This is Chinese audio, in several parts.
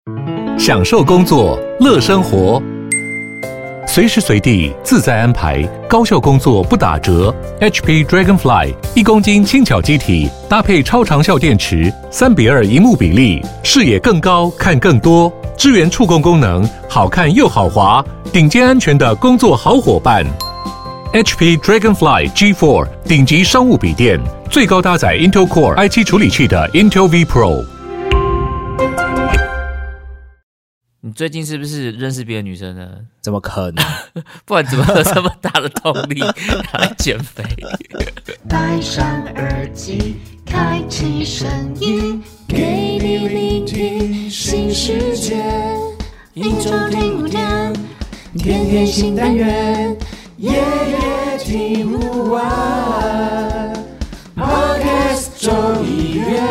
享受工作，乐生活，随时随地自在安排，高效工作不打折。HP Dragonfly 1公斤轻巧机体，搭配超长效电池，3:2萤幕比例，视野更高，看更多，支援触控功能，好看又好滑，顶尖安全的工作好伙伴。HP Dragonfly G4 顶级商务笔电，最高搭载 Intel Core i7 处理器的 Intel V Pro。 你最近是不是认识别的女生呢？ 怎么可能？ 不然怎么有这么大的动力来减肥？ 戴上耳机，开启声音，给你聆听新世界。一周听5天，天天新单元，夜夜听不完。Podcast 周一月。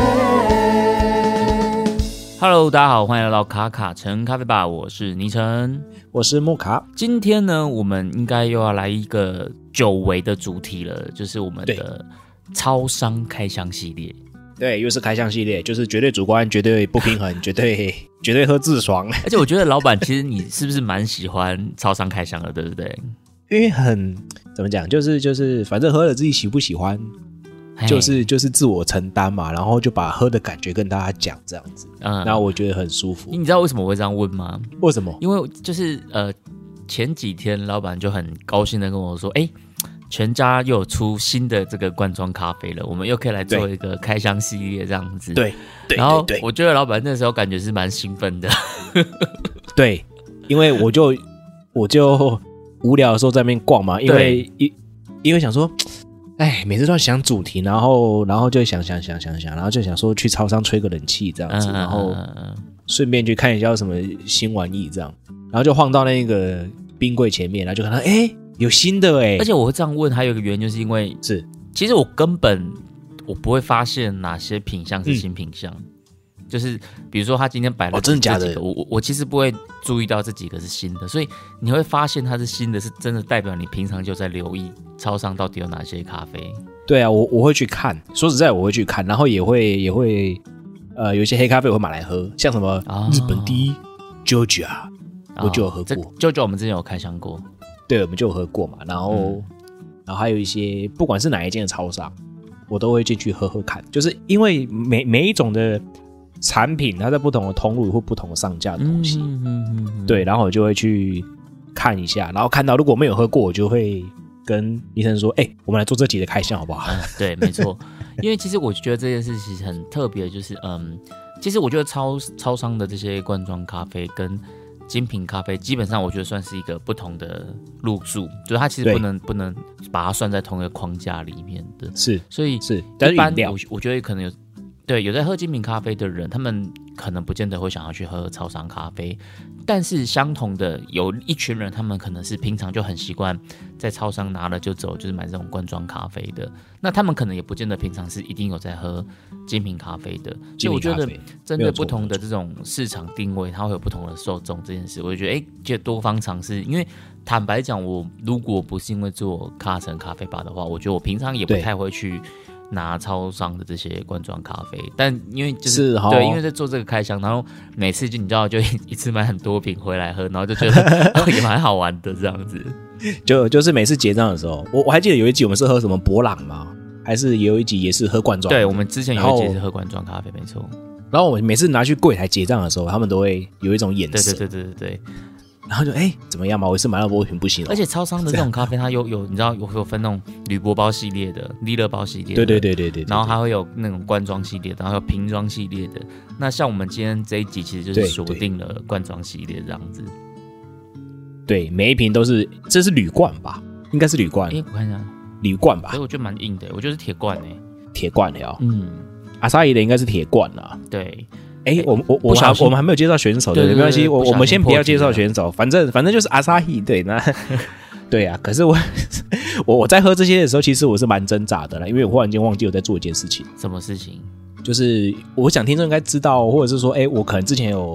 Hello， 大家好，欢迎来到卡卡城咖啡吧，我是倪晨， 我是木卡。 今天呢，我们应该又要来一个久违的主题了，就是我们的超商开箱系列。 对，又是开箱系列，就是绝对主观，绝对不平衡，绝对喝自爽。 而且我觉得老板，其实你是不是蛮喜欢超商开箱的，对不对？ 因为很怎么讲，就是反正喝了自己喜不喜欢。就是自我承担嘛，然后就把喝的感觉跟大家讲这样子，然后我觉得很舒服。 你知道为什么我会这样问吗？ 为什么？ 因为就是前几天老板就很高兴的跟我说，全家又有出新的这个罐装咖啡了，我们又可以来做一个开箱系列这样子。对，然后我觉得老板那时候感觉是蛮兴奋的。 对，因为我就无聊的时候在那边逛嘛，因为想说。每次都要想主题，然后就想，然后就想说去超商吹个冷气这样子，然后顺便去看一下有什么新玩意这样，然后就晃到那个冰柜前面，然后就看到有新的而且我会这样问，还有一个原因就是因为其实我根本不会发现哪些品项是新品项。就是比如说他今天摆了真的假的， 我其实不会注意到这几个是新的，所以你会发现它是新的，是真的代表你平常就在留意超商到底有哪些咖啡。对啊，我会去看，说实在我会去看，然后也会有一些黑咖啡我会买来喝，像什么日本第一 JoJo 我就有喝过 ，JoJo 我们之前有开箱过， 对，我们就有喝过嘛，然后还有一些不管是哪一间的超商，我都会进去喝喝看，就是因为每一种的产品它在不同的通路或不同的上架的东西，对，然后我就会去看一下，然后看到如果没有喝过，我就会跟医生说，我们来做这集的开箱好不好？ 对，没错，因为其实我觉得这件事其实很特别，就是其实我觉得超商的这些罐装咖啡跟精品咖啡，基本上我觉得算是一个不同的路数，就是它其实不能把它算在同一个框架里面的，所以一般我觉得可能有在喝精品咖啡的人，他们可能不见得会想要去喝超商咖啡，但是相同的有一群人，他们可能是平常就很习惯在超商拿了就走，就是买这种罐装咖啡的，那他们可能也不见得平常是一定有在喝精品咖啡的，所以我觉得针对不同的这种市场定位，它会有不同的受众这件事，我就觉得多方尝试，因为坦白讲，我如果不是因为做卡城咖啡吧的话，我觉得我平常也不太会去拿超商的这些罐装咖啡，但因为对，因为在做这个开箱，然后每次你知道就一次买很多瓶回来喝，然后就觉得也蛮好玩的这样子。 就是每次结账的时候，我还记得有一集我们是喝什么伯朗吗？还是也有一集也是喝罐装？ 对，我们之前有一集是喝罐装咖啡，没错。 然后我每次拿去柜台结账的时候，他们都会有一种眼神， 对。 然后就怎么样嘛？我是买到波瓶不行， 而且超商的这种咖啡，它有你知道有分那种铝箔包系列的、利乐包系列的， 对， 然后还会有那种罐装系列的，然后有瓶装系列的。那像我们今天这一集其实就是锁定了罐装系列这样子。 对，每一瓶都是，这是铝罐吧？应该是铝罐。 我看一下， 铝罐吧？ 我觉得蛮硬的，我觉得是铁罐铁罐的哦。阿萨伊的应该是铁罐啦。 对。 我们还没有介绍选手，对，没关系，我们先不要介绍选手，反正就是阿萨希，对，那对啊。可是我在喝这些的时候，其实我是蛮挣扎的啦，因为我忽然间忘记我在做一件事情。 什么事情？ 就是我想听众应该知道，或者是说，我可能之前有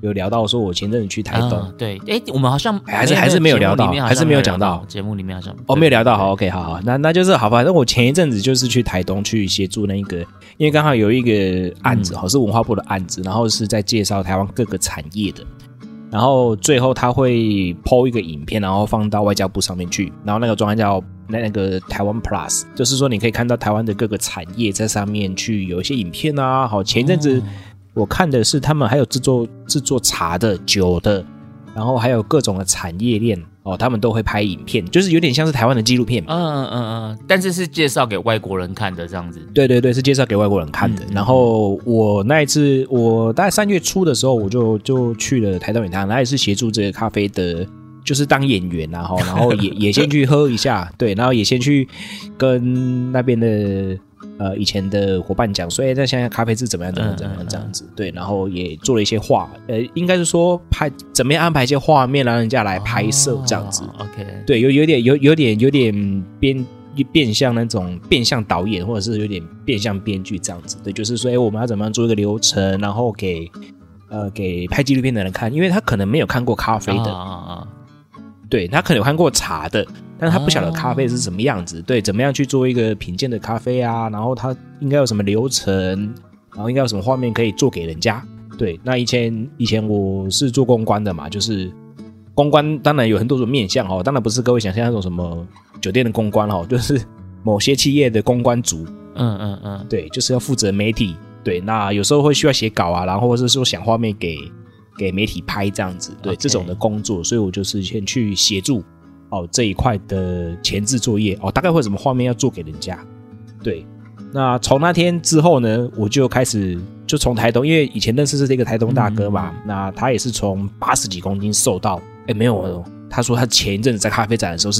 有聊到说我前阵子去台东， 对，我们好像还是没有聊到，还是没有讲到节目里面好像没有聊到，好 OK 好，那就是好，反正我前一阵子就是去台东去协助那个，因为刚好有一个案子是文化部的案子，然后是在介绍台湾各个产业的。然后最后他会 po 一个影片，然后放到外交部上面去，然后那个专案叫那个台湾 Plus， 就是说你可以看到台湾的各个产业在上面去有一些影片啊。好，前一阵子我看的是他们还有制作茶的、酒的，然后还有各种的产业链他们都会拍影片，就是有点像是台湾的纪录片。 但是介绍给外国人看的这样子。 对对对，是介绍给外国人看的。然后我那一次，我大概3月初的时候，我就去了台东饮堂，那也是协助这个咖啡的，就是当演员然后也先去喝一下，对，然后也先去跟那边的以前的伙伴讲说，那现在咖啡是怎么样这样子，对，然后也做了一些应该是说怎么样安排一些画面让人家来拍摄这样子。 OK， 对，有点变相那种变相导演，或者是有点变相编剧这样子。对，就是说，我们要怎么样做一个流程，然后给拍纪录片的人看，因为他可能没有看过咖啡的，对，他可能有看过茶的，但是他不晓得咖啡是什么样子，对，怎么样去做一个品鉴的咖啡啊，然后他应该有什么流程，然后应该有什么画面可以做给人家。对，那以前我是做公关的嘛，就是公关当然有很多种面向当然不是各位想象那种什么酒店的公关就是某些企业的公关组，对，就是要负责媒体，对，那有时候会需要写稿啊，然后或者是说想画面给媒体拍这样子，对， 这种的工作，所以我就是先去协助这一块的前置作业大概会有什么画面要做给人家。对，那从那天之后呢，我就开始就从台东，因为以前认识是这个台东大哥嘛，那他也是从80几公斤瘦到没有他说他前一阵子在咖啡展的时候是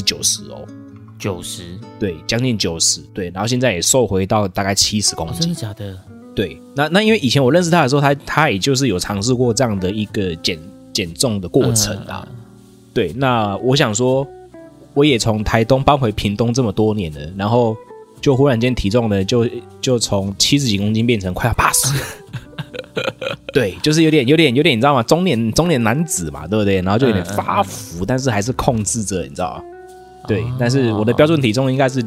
90，对，将近90，对，然后现在也瘦回到大概70公斤。 真的假的？ 对，那因为以前我认识他的时候，他也就是有尝试过这样的一个减重的过程啊。对，那我想说，我也从台东搬回屏东这么多年了，然后就忽然间体重呢就从70几公斤变成快要80了。对，就是有点你知道吗？中年男子嘛，对不对？然后就有点发福，但是还是控制着，你知道吗？对，但是我的标准体重应该是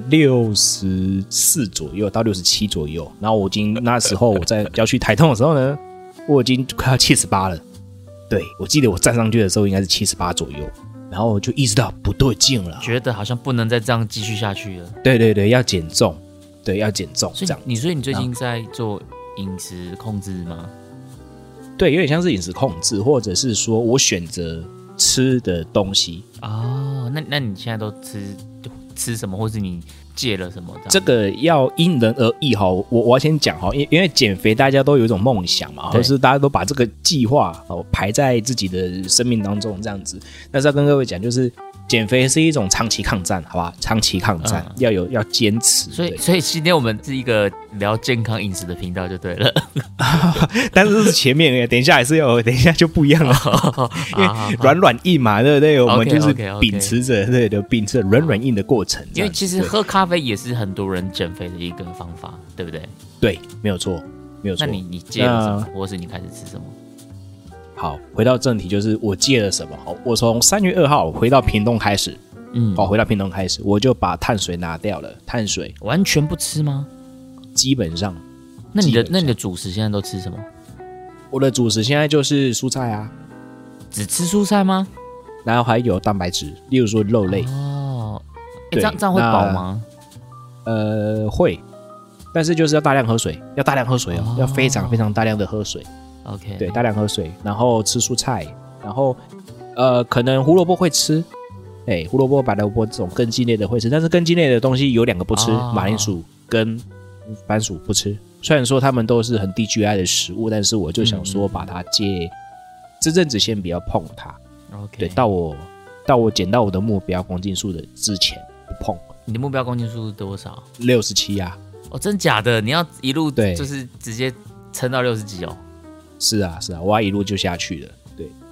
64左右到67左右，然后那时候我在要去台东的时候呢，我已经快要78了。对，我记得我站上去的时候应该是78左右，然后我就意识到不对劲了， 觉得好像不能再这样继续下去了。 对对对，要减重，对，要减重。 所以你最近在做饮食控制吗？ 对，有点像是饮食控制，或者是说我选择吃的东西。 那你现在都吃什么，或是你戒了什么？ 这个要因人而异哈。我要先讲哈，因为减肥大家都有一种梦想嘛，或是大家都把这个计划排在自己的生命当中这样子。但是要跟各位讲，就是减肥是一种长期抗战，好吧？长期抗战，要坚持。 所以今天我们是一个聊健康饮食的频道就对了。 但是是前面等一下还是要，等一下就不一样了，因为软硬嘛，对不对？我们就是秉持着软硬的过程。 因为其实喝咖啡也是很多人减肥的一个方法，对不对？ 对，没有错。那你戒了什么，或是你开始吃什么？ 好，回到正题，就是我戒了什么？我从3月2号回到屏东开始，回到屏东开始，我就把碳水拿掉了。碳水完全不吃吗？ 基本上。 那你的主食现在都吃什么？ 我的主食现在就是蔬菜啊。 只吃蔬菜吗？ 然后还有蛋白质，例如说肉类。 这样会饱吗？ 会，但是就是要大量喝水，要非常非常大量的喝水。 OK， 对，大量喝水，然后吃蔬菜，然后可能胡萝卜会吃，胡萝卜、白萝卜这种根茎类的会吃，但是根茎类的东西有2个不吃，马铃薯跟番薯不吃。虽然说他们都是很低 GI 的食物，但是我就想说把它这阵子先不要碰它。 OK， 对，到我减到我的目标公斤数的之前不碰。 你的目标公斤数是多少 ？67啊。 真假的？你要一路就是直接撑到60几哦？ 是啊，我要一路就下去了。对，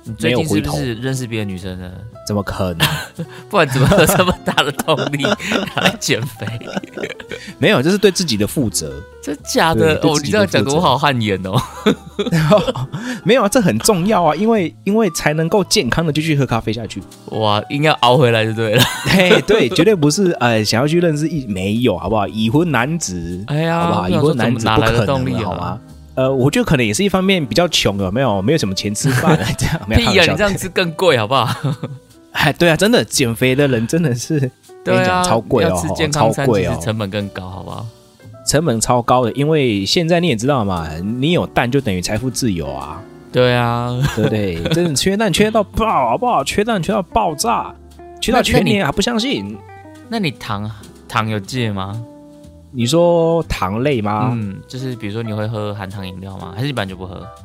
你最近是不是认识别的女生了？ 怎么可能？ 不然怎么有这么大的动力来减肥？ 没有，这是对自己的负责。 真假的？哦，你这样讲的我好汗颜哦。 没有啊，这很重要啊，因为才能够健康的继续喝咖啡下去。 哇，应该熬回来就对了。 嘿，对，绝对不是想要去认识没有，好不好？已婚男子， 哎呀， 好不好？已婚男子不可能，好吗？我觉得可能也是一方面比较穷，有没有什么钱吃饭这样？ 屁呀，你这样吃更贵，好不好？ 哎，对啊，真的减肥的人真的是，跟你讲超贵哦， 要吃健康餐，其实成本更高，好不好？ 成本超高的，因为现在你也知道嘛，你有蛋就等于财富自由啊。 对啊， 对不对？真的缺蛋缺到爆，好不好？缺蛋缺到爆炸，缺到全年还不相信。 那你糖有戒吗？ 你说糖类吗？ 嗯，就是比如说你会喝含糖饮料吗？还是一般就不喝？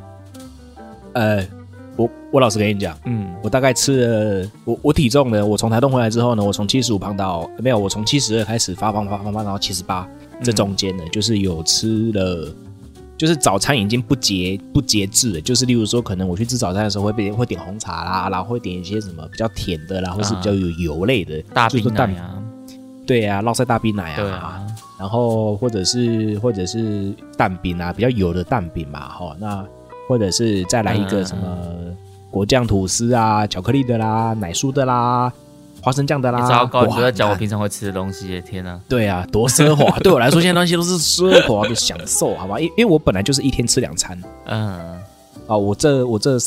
我老实跟你讲，我大概吃了，我体重呢，我从台东回来之后呢，我从75胖到没有，我从72开始发胖到78，这中间呢，就是有吃了，就是早餐已经不节制了，就是例如说，可能我去吃早餐的时候会点红茶啦，然后会点一些什么比较甜的啦，或是比较有油类的， 大冰奶啊， 对啊，烙赛大冰奶啊， 对啊， 然后或者是蛋饼啊，比较油的蛋饼嘛，那或者是再来一个什么果酱吐司啊，巧克力的啦，奶酥的啦，花生酱的啦。 糟糕，你都在讲我平常会吃的东西耶！天啊， 对啊，多奢华！对我来说，现在东西都是奢华的享受，好吧？因为我本来就是一天吃2餐。我这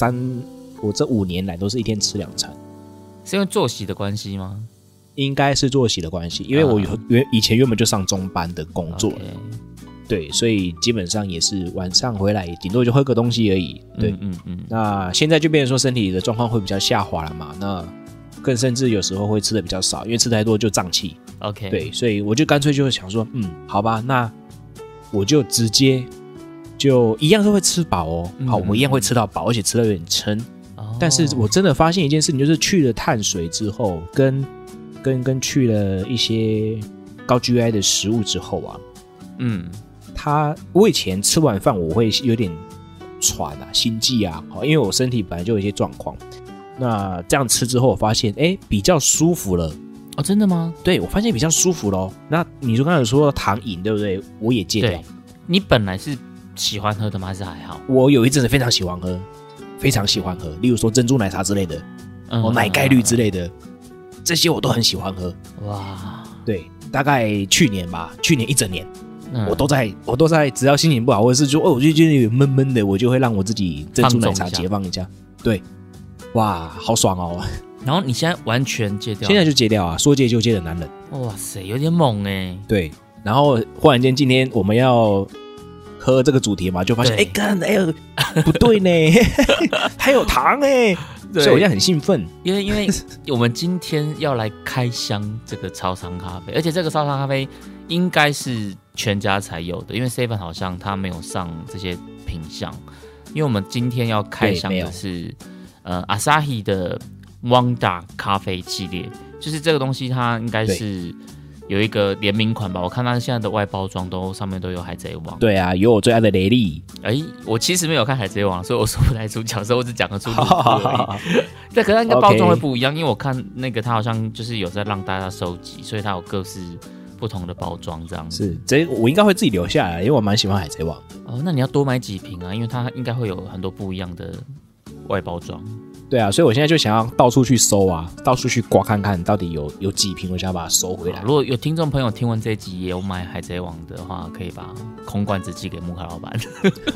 5年来都是一天吃2餐， 是因为作息的关系吗？ 应该是作息的关系，因为我以前原本就上中班的工作。对，所以基本上也是晚上回来，顶多就喝个东西而已。对，那现在就变成说身体的状况会比较下滑了嘛，那更甚至有时候会吃的比较少，因为吃太多就胀气。 OK， 对，所以我就干脆就想说，好吧，那我就直接就一样是会吃饱哦。好，我一样会吃到饱，而且吃到有点撑。但是我真的发现一件事情，就是去了碳水之后，跟去了一些高 GI 的食物之后啊，我以前吃完饭我会有点喘啊、心悸啊，因为我身体本来就有一些状况。那这样吃之后，我发现比较舒服了。 哦，真的吗？ 对，我发现比较舒服咯。那你说刚才有说糖饮，对不对？我也戒掉。 你本来是喜欢喝的吗？还是还好？ 我有一阵子非常喜欢喝，非常喜欢喝，例如说珍珠奶茶之类的，奶盖绿之类的，这些我都很喜欢喝。哇，对，大概去年一整年。我都在，只要心情不好，或者是说我就觉得有闷闷的，我就会让我自己珍珠奶茶解放一下。对，哇，好爽哦！ 然后你现在完全戒掉？ 现在就戒掉啊，说戒就戒的男人。 哇塞，有点猛哎。 对，然后忽然间今天我们要喝这个主题嘛，就发现不对呢，还有糖哎，所以我现在很兴奋， 因为我们今天要来开箱这个超商咖啡，而且这个超商咖啡应该是全家才有的，因为 Seven 好像它没有上这些品项。因为我们今天要开箱的是Asahi 的 Wanda 咖啡系列，就是这个东西它应该是有一个联名款吧？我看它现在的外包装上面都有海贼王。对啊，有我最爱的雷利。 我其实没有看海贼王，所以我说不太出角色，我只讲得出名字而已。对，可是它应该包装会不一样，因为我看那个它好像就是有在让大家收集，所以它有各式不同的包装这样子。 是，我应该会自己留下来，因为我蛮喜欢海贼王的。 那你要多买几瓶啊，因为它应该会有很多不一样的外包装。 对啊，所以我现在就想要到处去搜啊，到处去刮看看到底有几瓶，我想要把它收回来。 如果有听众朋友听完这一集也有买海贼王的话，可以把空罐子寄给木卡老板。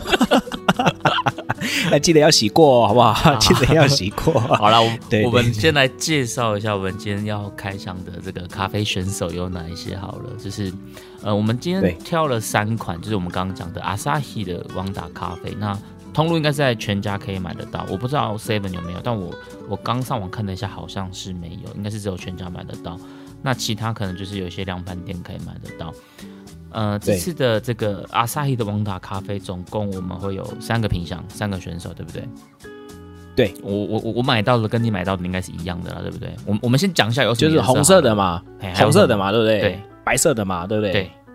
记得要洗过，好不好？记得要洗过。 好了，我们先来介绍一下我们今天要开箱的这个咖啡选手有哪一些好了。就是我们今天挑了3款，就是我们刚刚讲的 Asahi 的旺达咖啡。那通路应该是在全家可以买得到，我不知道 Seven 有没有，但我刚上网看了一下，好像是没有，应该是只有全家买得到。那其他可能就是有一些量贩店可以买得到。这次的这个 Asahi 的旺达咖啡，总共我们会有3个品项，3个选手，对不对？ 对， 我买到的跟你买到的应该是一样的啦，对不对？我们先讲一下有什么， 就是红色的嘛，红色的嘛，对不对？ 对， 白色的嘛，对不对？ 对，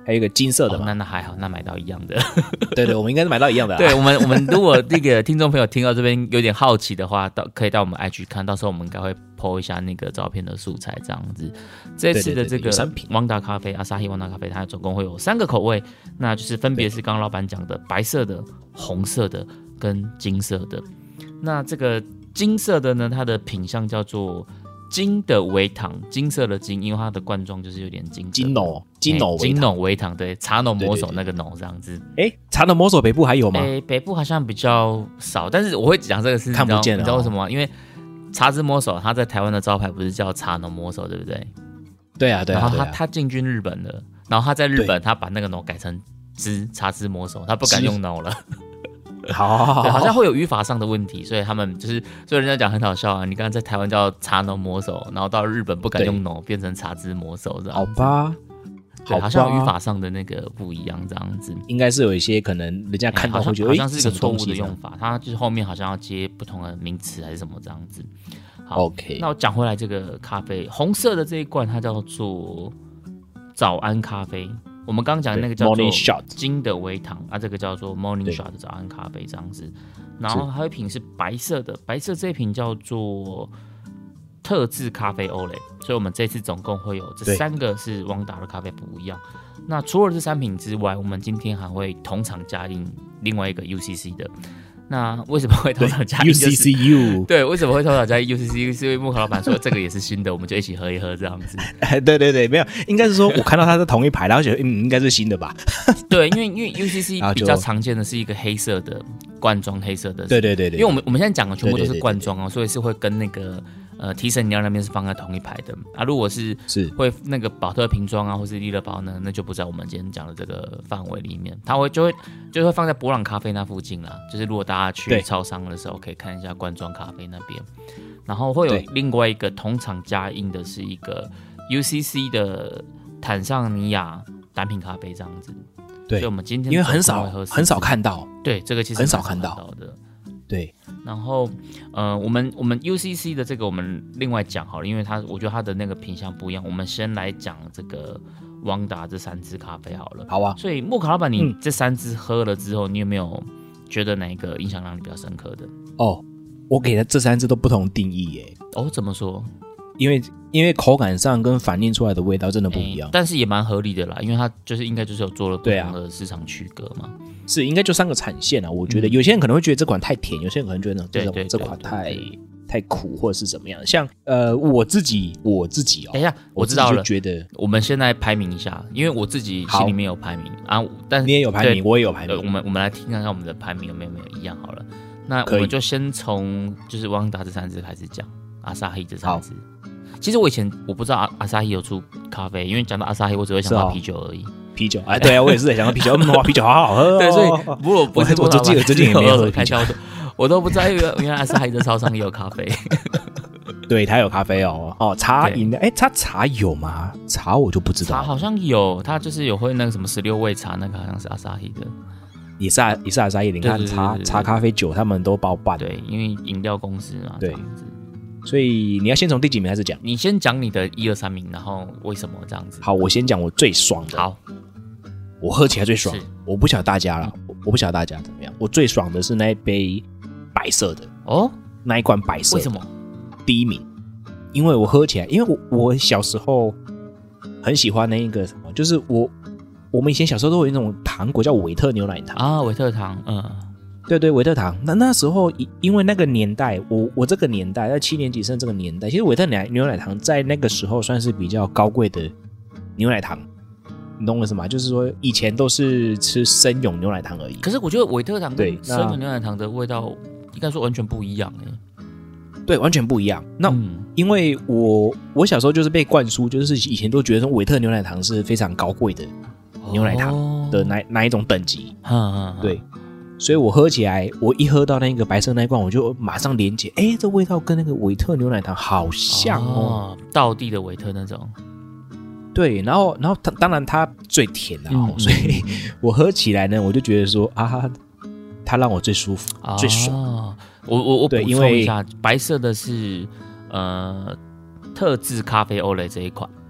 还有一个金色的嘛。 那还好，那买到一样的。 对，我们应该是买到一样的。 对，我们如果那个听众朋友听到这边有点好奇的话，可以到我们 IG 看，到时候我们应该会 po 一下那个照片的素材这样子。这次的这个汪达咖啡，阿萨希汪达咖啡，它总共会有3个口味，那就是分别是刚刚老板讲的白色的、红色的跟金色的。那这个金色的呢，它的品相叫做金的微糖，金色的金，因为它的罐装就是有点金浓微糖，对，茶农魔手那个浓这样子。 茶农魔手北部还有吗？ 北部好像比较少，但是我会讲这个是看不见你知道为什么吗？因为茶之魔手他在台湾的招牌不是叫茶农魔手，对不对？ 对啊。 然后他进军日本了，然后他在日本他把那个浓改成茶之魔手，他不敢用浓了。 好， 好像会有语法上的问题，所以他们就是，所以人家讲很好笑啊。你刚刚在台湾叫茶农魔手，然后到日本不敢用浓，变成茶之魔手这样。 好吧， 对，好像语法上的那个不一样这样子。 应该是有一些可能人家看到会觉得好像是一个错误的用法，它就是后面好像要接不同的名词还是什么这样子。好 ，OK。 那我讲回来，这个咖啡红色的这一罐，它叫做早安咖啡。我们刚刚讲的那个叫做金的微糖啊，这个叫做 Morning Shot 的早安咖啡这样子。然后还有一瓶是白色的，白色这一瓶叫做特制咖啡欧蕾。所以我们这次总共会有这3个是汪达的咖啡不一样。那除了这3瓶之外，我们今天还会同场加印另外一个 UCC 的。那为什么会同场加印、 UCCU？ 对，为什么会同场加印 UCCU？ 是因为木口老板说这个也是新的，我们就一起喝一喝这样子。 对，没有，应该是说我看到它是同一排，然后觉得应该是新的吧？ 对，因为 UCC 比较常见的是一个黑色的罐装，黑色的。对，因为我们现在讲的全部都是罐装哦，所以是会跟那个提神饮料那边是放在同一排的啊。如果是会那个宝特瓶装啊，或是利乐包呢，那就不在我们今天讲的这个范围里面，它就会放在伯朗咖啡那附近啦。就是如果大家去超商的时候，可以看一下罐装咖啡那边。然后会有另外一个同场加印的是一个 UCC 的坦桑尼亚单品咖啡这样子。 对， 所以我们今天因为很少看到， 对，这个其实很少看到的。 对， 然后我们 UCC 的这个我们另外讲好了，因为我觉得它的那个品相不一样。我们先来讲这个汪达这3支咖啡好了。 好啊。 所以木卡老板，你这3支喝了之后，你有没有觉得哪一个印象让你比较深刻的？ 我给的这3支都不同定义耶。 怎么说？ 因为口感上跟反映出来的味道真的不一样， 但是也蛮合理的啦，因为它应该有做了不同的市场区隔嘛。 是应该就3个产线啊。我觉得有些人可能会觉得这款太甜，有些人可能觉得这款太苦或者是怎么样。像我自己等一下，我知道了。 觉得我们现在排名一下，因为我自己心里面有排名啊，但是你也有排名，我也有排名。 我们来听看看我们的排名有没有一样好了。那我们就先从就是汪达这3支开始讲，阿萨希这3支。其实我以前我不知道阿萨希有出咖啡，因为讲到阿萨希，我只会想到啤酒而已。 啤酒，对啊，我也是在想到啤酒，哇，啤酒好好喝。 对，所以我记得最近也没有喝啤酒， 我都不知道，因为阿萨希的超商也有咖啡。 对，它有咖啡茶饮的，它茶有吗？茶我就不知道。 茶好像有，它就是有会那个什么16味茶，那个好像是阿萨希的。 也是阿萨希，你看茶咖啡酒他们都包办。 对，因为饮料公司嘛，对。 所以你要先从第几名开始讲？ 你先讲你的1、2、3名，然后为什么这样子？ 好，我先讲我最爽的。 好， 我喝起来最爽。我不晓得大家啦，我不晓得大家怎么样。我最爽的是那一杯白色的那一罐白色的。 为什么？ 第1名，因为我喝起来，因为我小时候很喜欢那一个什么，就是我们以前小时候都有那种糖果叫维特牛奶糖啊，维特糖， 对，维特糖。那时候因为那个年代，我这个年代在7年级生这个年代，其实维特牛奶糖在那个时候算是比较高贵的牛奶糖，你懂我意思吗？就是说以前都是吃生永牛奶糖而已。 可是我觉得维特糖跟生永牛奶糖的味道应该说完全不一样对，完全不一样。那因为我小时候就是被灌输，就是以前都觉得说维特牛奶糖是非常高贵的牛奶糖的那一种等级，对。所以我喝起来，我一喝到那个白色那一罐，我就马上连结，这味道跟那个维特牛奶糖好像道地的维特那种。 对，然后当然它最甜的所以我喝起来呢，我就觉得说它让我最舒服、最爽。 我补充一下，白色的是特制咖啡欧蕾这一款，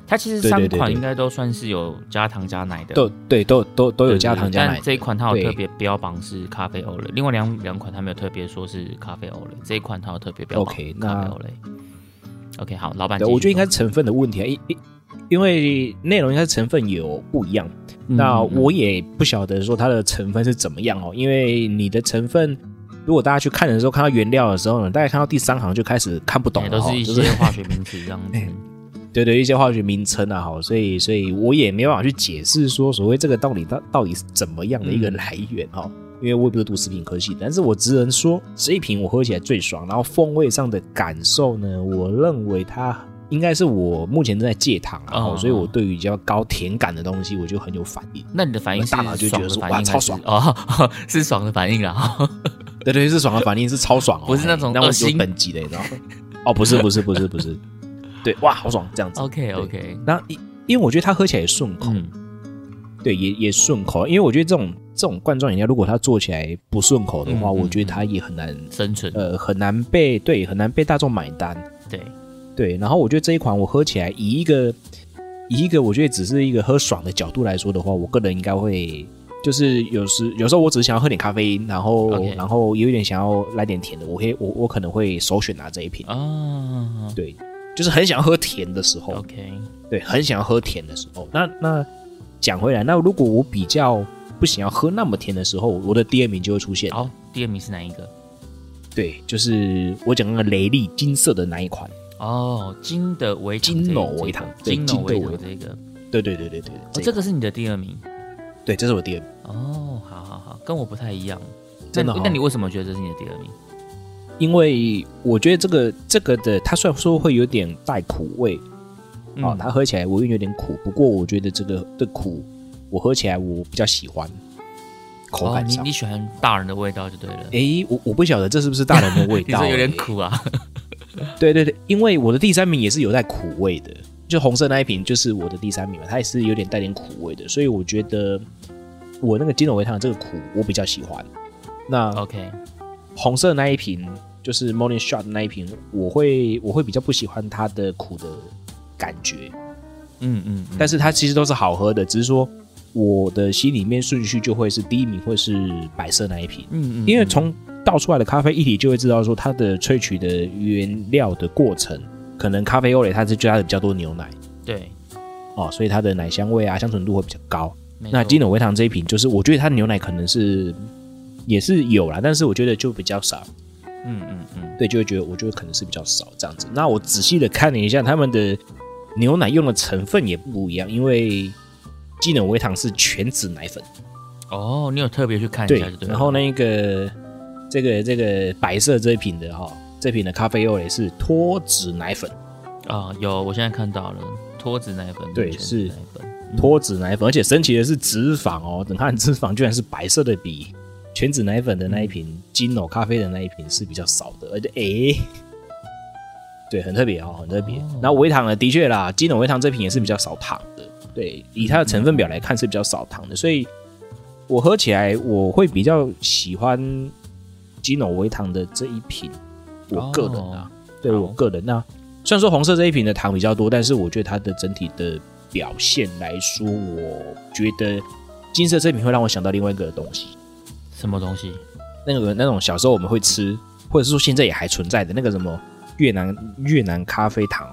它其实3款应该都算是有加糖加奶的， 都有加糖加奶的。 但这一款它有特别标榜是咖啡欧蕾，另外两款它没有特别说是咖啡欧蕾，这一款它有特别标榜咖啡欧蕾。OK， 好，老板， 我觉得应该是成分的问题啊，因为内容应该是成分有不一样。那我也不晓得说它的成分是怎么样哦，因为你的成分，如果大家去看的时候，看到原料的时候呢，大概看到第3行就开始看不懂了， 都是一些化学名词这样子。 对，一些化学名称啊，所以我也没办法去解释说所谓这个到底是怎么样的一个来源哈。因为我也不是读食品科系，但是我只能说这一瓶我喝起来最爽，然后风味上的感受呢，我认为它应该是我目前正在戒糖啊，所以我对于比较高甜感的东西我就很有反应。 那你的反应是大脑就觉得说哇超爽哦，是爽的反应啦。 对，是爽的反应，是超爽哦， 不是那种恶心有等级的，你知道吗？哦，不是，对，哇，好爽这样子。 OK， 那因为我觉得它喝起来也顺口，对，也顺口，因为我觉得这种罐装饮料，如果它做起来不顺口的话，我觉得它也很难生存， 很难被大众买单。对，然后我觉得这一款我喝起来，以一个我觉得只是一个喝爽的角度来说的话，我个人应该会就是有时候我只是想要喝点咖啡因，然后有一点想要来点甜的，我可能会首选拿这一瓶啊。对，就是很想要喝甜的时候。 OK， 对，很想要喝甜的时候。那讲回来，那如果我比较不想要喝那么甜的时候，我的第2名就会出现。 好，第2名是哪一个？ 对，就是我讲那个雷利金色的那一款。 哦，金的微糖， 金诺微糖，对， 金诺微糖这个。 对， 这个是你的第2名。 对，这是我第2名。 哦，好，跟我不太一样。 真的？ 那你为什么觉得这是你的第2名？ 因为我觉得这个的，它虽然说会有点带苦味，它喝起来我有点苦，不过我觉得这个的苦，我喝起来我比较喜欢。口感上， 你喜欢大人的味道就对了。 我不晓得这是不是大人的味道， 你说有点苦啊。 对，因为我的第3名也是有带苦味的，就红色那一瓶就是我的第3名嘛，它也是有点带点苦味的，所以我觉得我那个金诺维糖这个苦我比较喜欢。那 OK， 红色那一瓶就是 Morning Shot 那一瓶，我会比较不喜欢它的苦的感觉。但是它其实都是好喝的，只是说我的心里面顺序就会是第1名会是白色那一瓶。因为从倒出来的咖啡一体就会知道说它的萃取的原料的过程，可能咖啡欧蕾它是加的比较多牛奶， 对， 所以它的奶香味啊香醇度会比较高。那金诺维糖这一瓶就是我觉得它的牛奶可能是也是有啦，但是我觉得就比较少。对，就会觉得我觉得可能是比较少这样子。那我仔细的看了一下他们的牛奶用的成分也不一样，因为金诺维糖是全脂奶粉。 哦，你有特别去看一下就对了。 然后那个这个白色这一瓶的这瓶的咖啡欧蕾是脱脂奶粉有，我现在看到了脱脂奶粉， 对，是脱脂奶粉，而且神奇的是脂肪等看脂肪居然是白色的，比全脂奶粉的那一瓶金诺咖啡的那一瓶是比较少的，而且对，很特别很特别。然后微糖呢，的确啦，金诺微糖这瓶也是比较少糖的，对，以它的成分表来看是比较少糖的，所以我喝起来我会比较喜欢金诺微糖的这一瓶，我个人对我个人。那虽然说红色这一瓶的糖比较多，但是我觉得它的整体的表现来说，我觉得金色这一瓶会让我想到另外一个东西。 什么东西？ 那种小时候我们会吃，或者是说现在也还存在的那个什么越南咖啡糖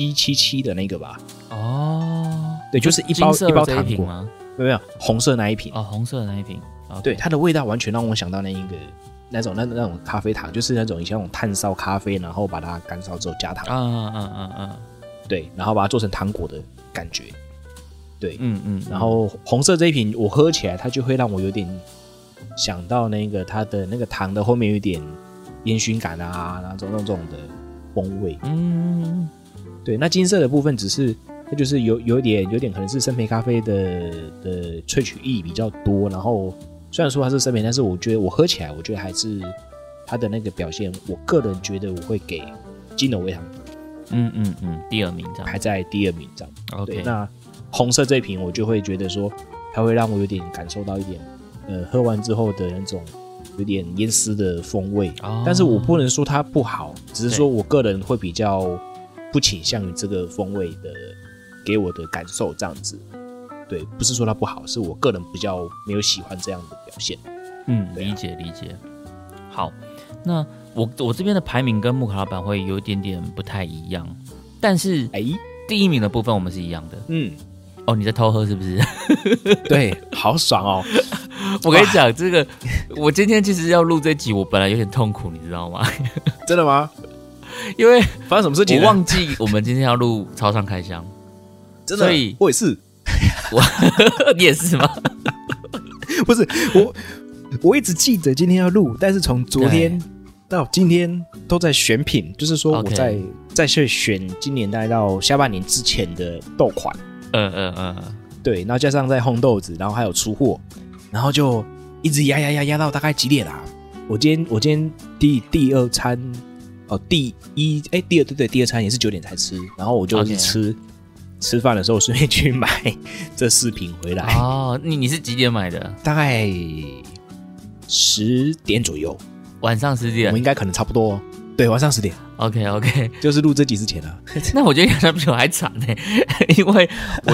777的那个吧？对，就是一包糖果吗？ 没有，红色那一瓶。 红色的那一瓶。 对，它的味道完全让我想到那种咖啡糖，就是那种以前那种炭烧咖啡，然后把它干烧之后加糖。对，然后把它做成糖果的感觉。对，然后红色这一瓶我喝起来，它就会让我有点想到它的那个糖的后面有一点烟熏感啊，然后那种的风味。对，那金色的部分它就是有点可能是生焙咖啡的萃取液比较多，然后虽然说它是生焙，但是我觉得我喝起来，我觉得还是它的那个表现，我个人觉得我会给金诺微糖。 第2名这样， 排在第2名这样。 OK， 对，那红色这一瓶我就会觉得说，它会让我有点感受到一点，喝完之后的那种有点烟丝的风味。但是我不能说它不好，只是说我个人会比较不倾向于这个风味的给我的感受这样子。对，不是说它不好，是我个人比较没有喜欢这样的表现。 理解。好，那我这边的排名跟木卡老板会有一点点不太一样，但是第一名的部分我们是一样的。哦，你在偷喝是不是？ 对，好爽哦！ 我跟你讲，这个我今天其实要录这集，我本来有点痛苦，你知道吗？ 真的吗？ 因为发生什么事情？ 我忘记我们今天要录超商开箱， 真的，所以我也是。 你也是吗？ 不是我一直记得今天要录，但是从昨天到今天都在选品，就是说我在去选今年大概到下半年之前的豆款。对，然后加上在烘豆子，然后还有出货，然后就一直压到大概几点啦？我今天第二餐第二餐也是9点才吃，然后我就吃饭的时候顺便去买这4瓶回来。 哦，你是几点买的？ 大概10点左右， 晚上10点。 我们应该可能差不多哦。对，晚上10点。 OK， 就是录这集之前啊。 那我觉得好像比我还惨呢，因为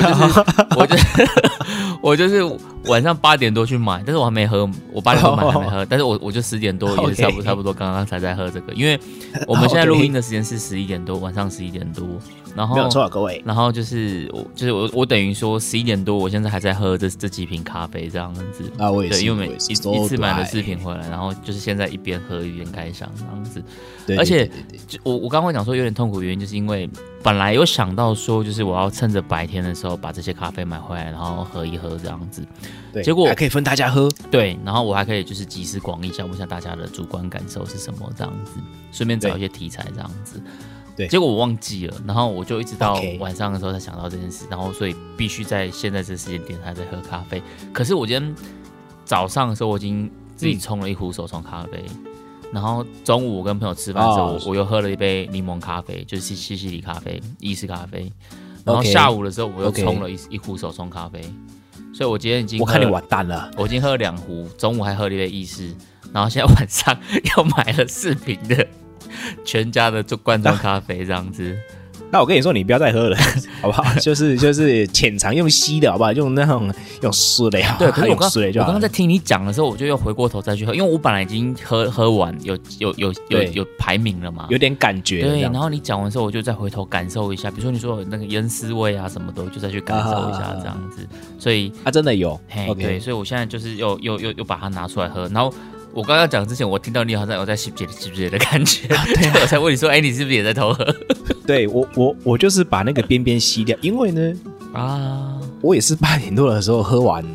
我就是晚上8点多去买，但是我还没喝，我8点多买还没喝，但是我就10点多也是差不多刚刚才在喝这个，因为我们现在录音的时间是11点多，晚上11点多，然后没有错啊，各位。 然后就是我等于说11点多，我现在还在喝这几瓶咖啡这样子啊，我也是， 对，因为一次买了4瓶回来，然后就是现在一边喝一边开箱这样子， 对， 而且我刚刚讲说有点痛苦的原因，就是因为本来有想到说，就是我要趁着白天的时候把这些咖啡买回来，然后喝一喝这样子。 对， 结果还可以分大家喝。 对，然后我还可以就是集思广益一下，问一下大家的主观感受是什么这样子，顺便找一些题材这样子。 对， 结果我忘记了，然后我就一直到晚上的时候才想到这件事，然后所以必须在现在这时间点还在喝咖啡。可是我今天早上的时候，我已经自己冲了一壶手冲咖啡。然后中午我跟朋友吃饭的时候，我又喝了一杯柠檬咖啡，就是西西里咖啡、意式咖啡。然后下午的时候，我又冲了一壶手冲咖啡。所以我今天已经我看你完蛋了， 我已经喝了2壶，中午还喝了一杯意式，然后现在晚上又买了4瓶的全家的罐装咖啡这样子。 那我跟你说，你不要再喝了，好不好？就是浅尝用吸的，好不好？用那种用湿的呀。 对，可是我刚刚在听你讲的时候，我就又回过头再去喝，因为我本来已经喝完，有排名了嘛， 有点感觉。 对，然后你讲完之后，我就再回头感受一下，比如说你说有那个烟丝味啊什么的，我就再去感受一下这样子。所以真的有， 对，所以我现在就是又把它拿出来喝，然后。我刚刚讲之前，我听到你好像有在吸不的感觉，对，我才问你说，你是不是也在偷喝？ 对，我就是把那个边边吸掉，因为呢，我也是8点多的时候喝完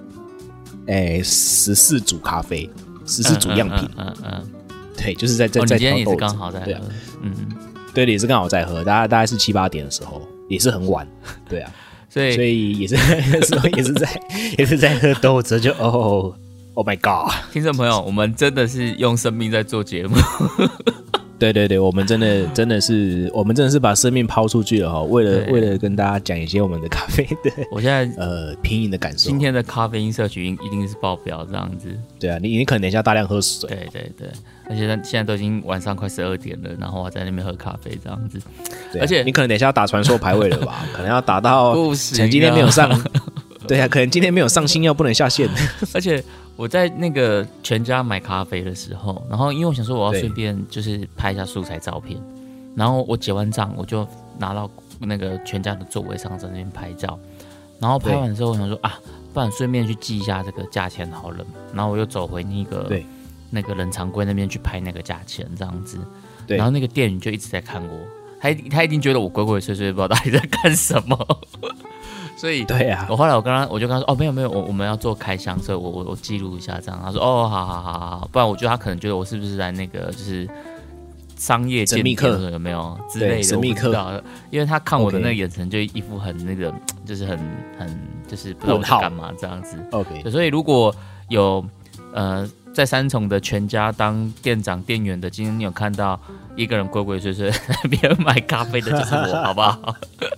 ，14组咖啡，14组样品，对，就是在你今天也是刚好在喝， 对，也是刚好在喝，大概是7、8点的时候，也是很晚，对啊，所以也是在喝豆子，就Oh my god！ 听众朋友，我们真的是用生命在做节目。 对，我们真的是把生命抛出去了哈，为了跟大家讲一些我们的咖啡的， 我现在品饮的感受。 今天的咖啡因摄取一定是爆表这样子。 对啊，你可能等一下大量喝水。 对，而且现在都已经晚上快12点了，然后我在那边喝咖啡这样子。而且你可能等一下要打传说排位了吧？可能要打到不行， 今天没有上。对啊，可能今天没有上新药，不能下线。 而且我在那个全家买咖啡的时候，然后因为我想说我要顺便就是拍一下素材照片，然后我结完账我就拿到那个全家的座位上在那边拍照，然后拍完之后我想说不然顺便去记一下这个价钱好了，然后我又走回那个冷藏柜那边去拍那个价钱这样子，然后那个店员就一直在看我，他一定觉得我鬼鬼祟祟，不知道到底在干什么。所以， 对啊， 我后来我就跟他说，没有，我们要做开箱，所以我记录一下这样。他说，好，不然我觉得他可能觉得我是不是在那个就是商业间谍有没有之类的神秘客， 因为他看我的那个眼神就一副很那个，就是很就是不知道我在干嘛这样子。 OK， 所以如果有在3重的全家当店长店员的，今天你有看到一个人鬼鬼祟祟在那边买咖啡的，就是我，好不好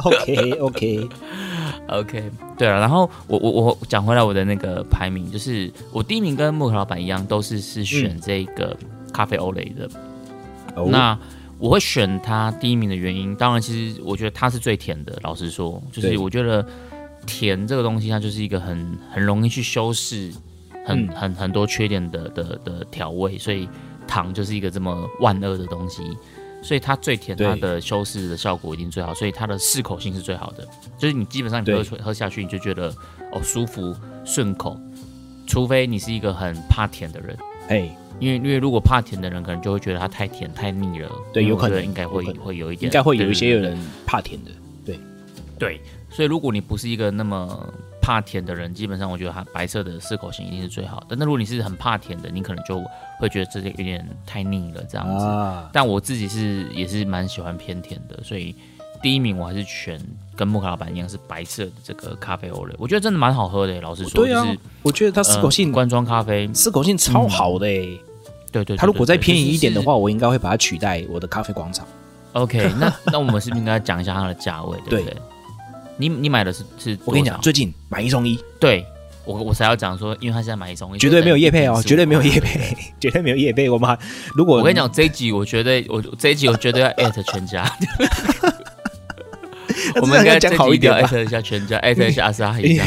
？OK， 对了，然后我讲回来我的那个排名，就是我第1名跟木克老板一样，都是选这个咖啡欧蕾的。那我会选它第一名的原因，当然其实我觉得它是最甜的。老实说，就是我觉得甜这个东西，它就是一个很容易去修饰很多缺点的调味，所以糖就是一个这么万恶的东西。所以它最甜，它的修饰的效果一定最好，所以它的适口性是最好的。就是你基本上你喝下去，你就觉得舒服顺口，除非你是一个很怕甜的人，因为如果怕甜的人，可能就会觉得它太甜太腻了。 对，有可能应该会有一点， 应该会有一些人怕甜的。 对，所以如果你不是一个那么怕甜的人，基本上我觉得它白色的适口性一定是最好的。那如果你是很怕甜的，你可能就会觉得这有点太腻了这样子。但我自己也是蛮喜欢偏甜的，所以第一名我还是选跟木卡老板一样是白色的这个咖啡欧蕾，我觉得真的蛮好喝的。老实说， 对啊，就是我觉得它适口性， 罐装咖啡适口性超好的对，它如果再便宜一点的话，我应该会把它取代我的咖啡广场。 OK， 那我们是不是应该讲一下它的价位，对不对？你买的是我跟你讲，最近买一送一。对， 我才要讲说，因为他现在买一送一， 绝对没有业配哦，绝对没有业配，绝对没有业配。我们如果我跟你讲这一集，我绝对要@全家。我们应该讲好一点，@一下全家，@一下阿萨伊，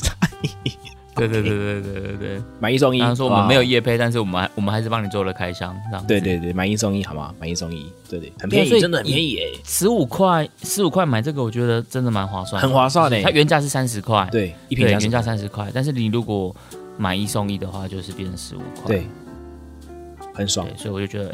对， 买一送一。 他说我们没有业配，但是我们还是帮你做了开箱，这样子。 对，买一送一，好吗？买一送一，对，很便宜，真的很便宜 15块买这个，我觉得真的蛮划算， 很划算它原价是30块， 对，一瓶原价30块，但是你如果买一送一的话，就是变成15块， 对，很爽。 所以我就觉得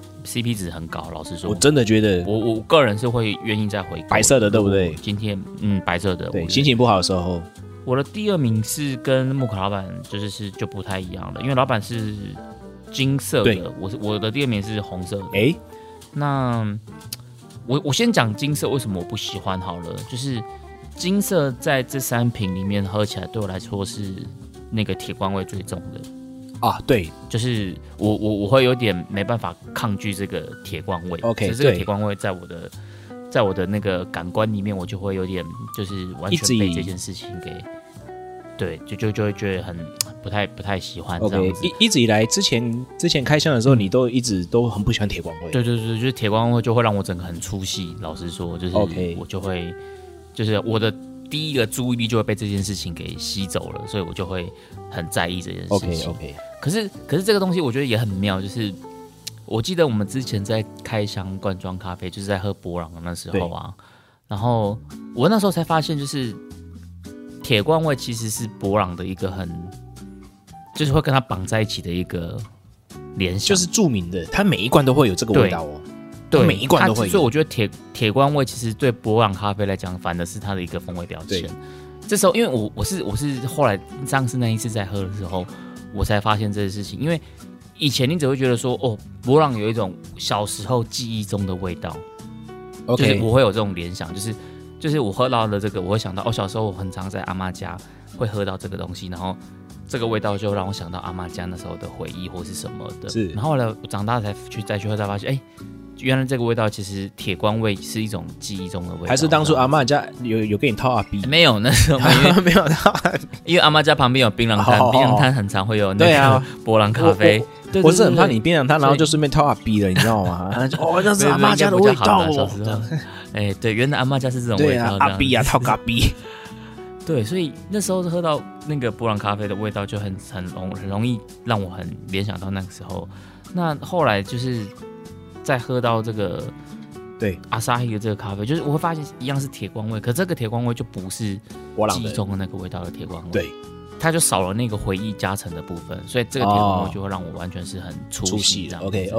CP 值很高，老实说， 我真的觉得我个人是会愿意再回购白色的，对不对？ 今天白色的， 对，心情不好的时候。 我的第二名是跟木卡老板就不太一样的，因为老板是金色的，我的第二名是红色的。那我先讲金色为什么我不喜欢好了，就是金色在这3瓶里面喝起来对我来说是那个铁观味最重的。 对， 就是我会有点没办法抗拒这个铁观味。 OK， 这个铁观味在我的那个感官里面，我就会有点就是完全被这件事情给。对，就会觉得很不太喜欢这样子。 一直以来，之前开箱的时候，你都一直都很不喜欢铁观味。 对，就是铁观味就会让我整个很出戏。老实说，就是我就会，就是我的第一个注意力就会被这件事情给吸走了，所以我就会很在意这件事情。 OK。 可是这个东西我觉得也很妙，就是我记得我们之前在开箱罐装咖啡，就是在喝伯朗的那时候啊，然后我那时候才发现，就是铁观味其实是伯朗的一个就是会跟它绑在一起的一个联想， 就是著名的，它每一罐都会有这个味道哦。对，每一罐都会有。 所以我觉得铁观味其实对伯朗咖啡来讲，反而是它的一个风味标签。这时候，因为我是后来上次那一次在喝的时候，我才发现这件事情。因为以前你只会觉得说，伯朗有一种小时候记忆中的味道，就是我会有这种联想，就是我喝到的这个，我会想到小时候我很常在阿嬷家会喝到这个东西，然后这个味道就让我想到阿嬷家那时候的回忆或是什么的。然后后来我长大再去喝，才发现，原来这个味道其实铁观味是一种记忆中的味道。 还是当初阿嬷家有给你套阿 B？ 没有，那时候没有套， 因为阿嬷家旁边有槟榔摊，槟榔摊很常会有那个伯朗咖啡。 我是很怕你槟榔摊，然后就顺便套阿 B 了，你知道吗？那是阿嬷家的味道哦。 对，原来阿嬷家是这种味道。 阿 B 啊，套阿 B。 对，所以那时候喝到那个伯朗咖啡的味道，就很容易让我很联想到那个时候。那后来就是再喝到这个阿萨希的这个咖啡，就是我会发现一样是铁观味，可这个铁观味就不是记忆中的那个味道的铁观味。对。它就少了那个回忆加成的部分，所以这个铁观味就会让我完全是很出戏的。 OK，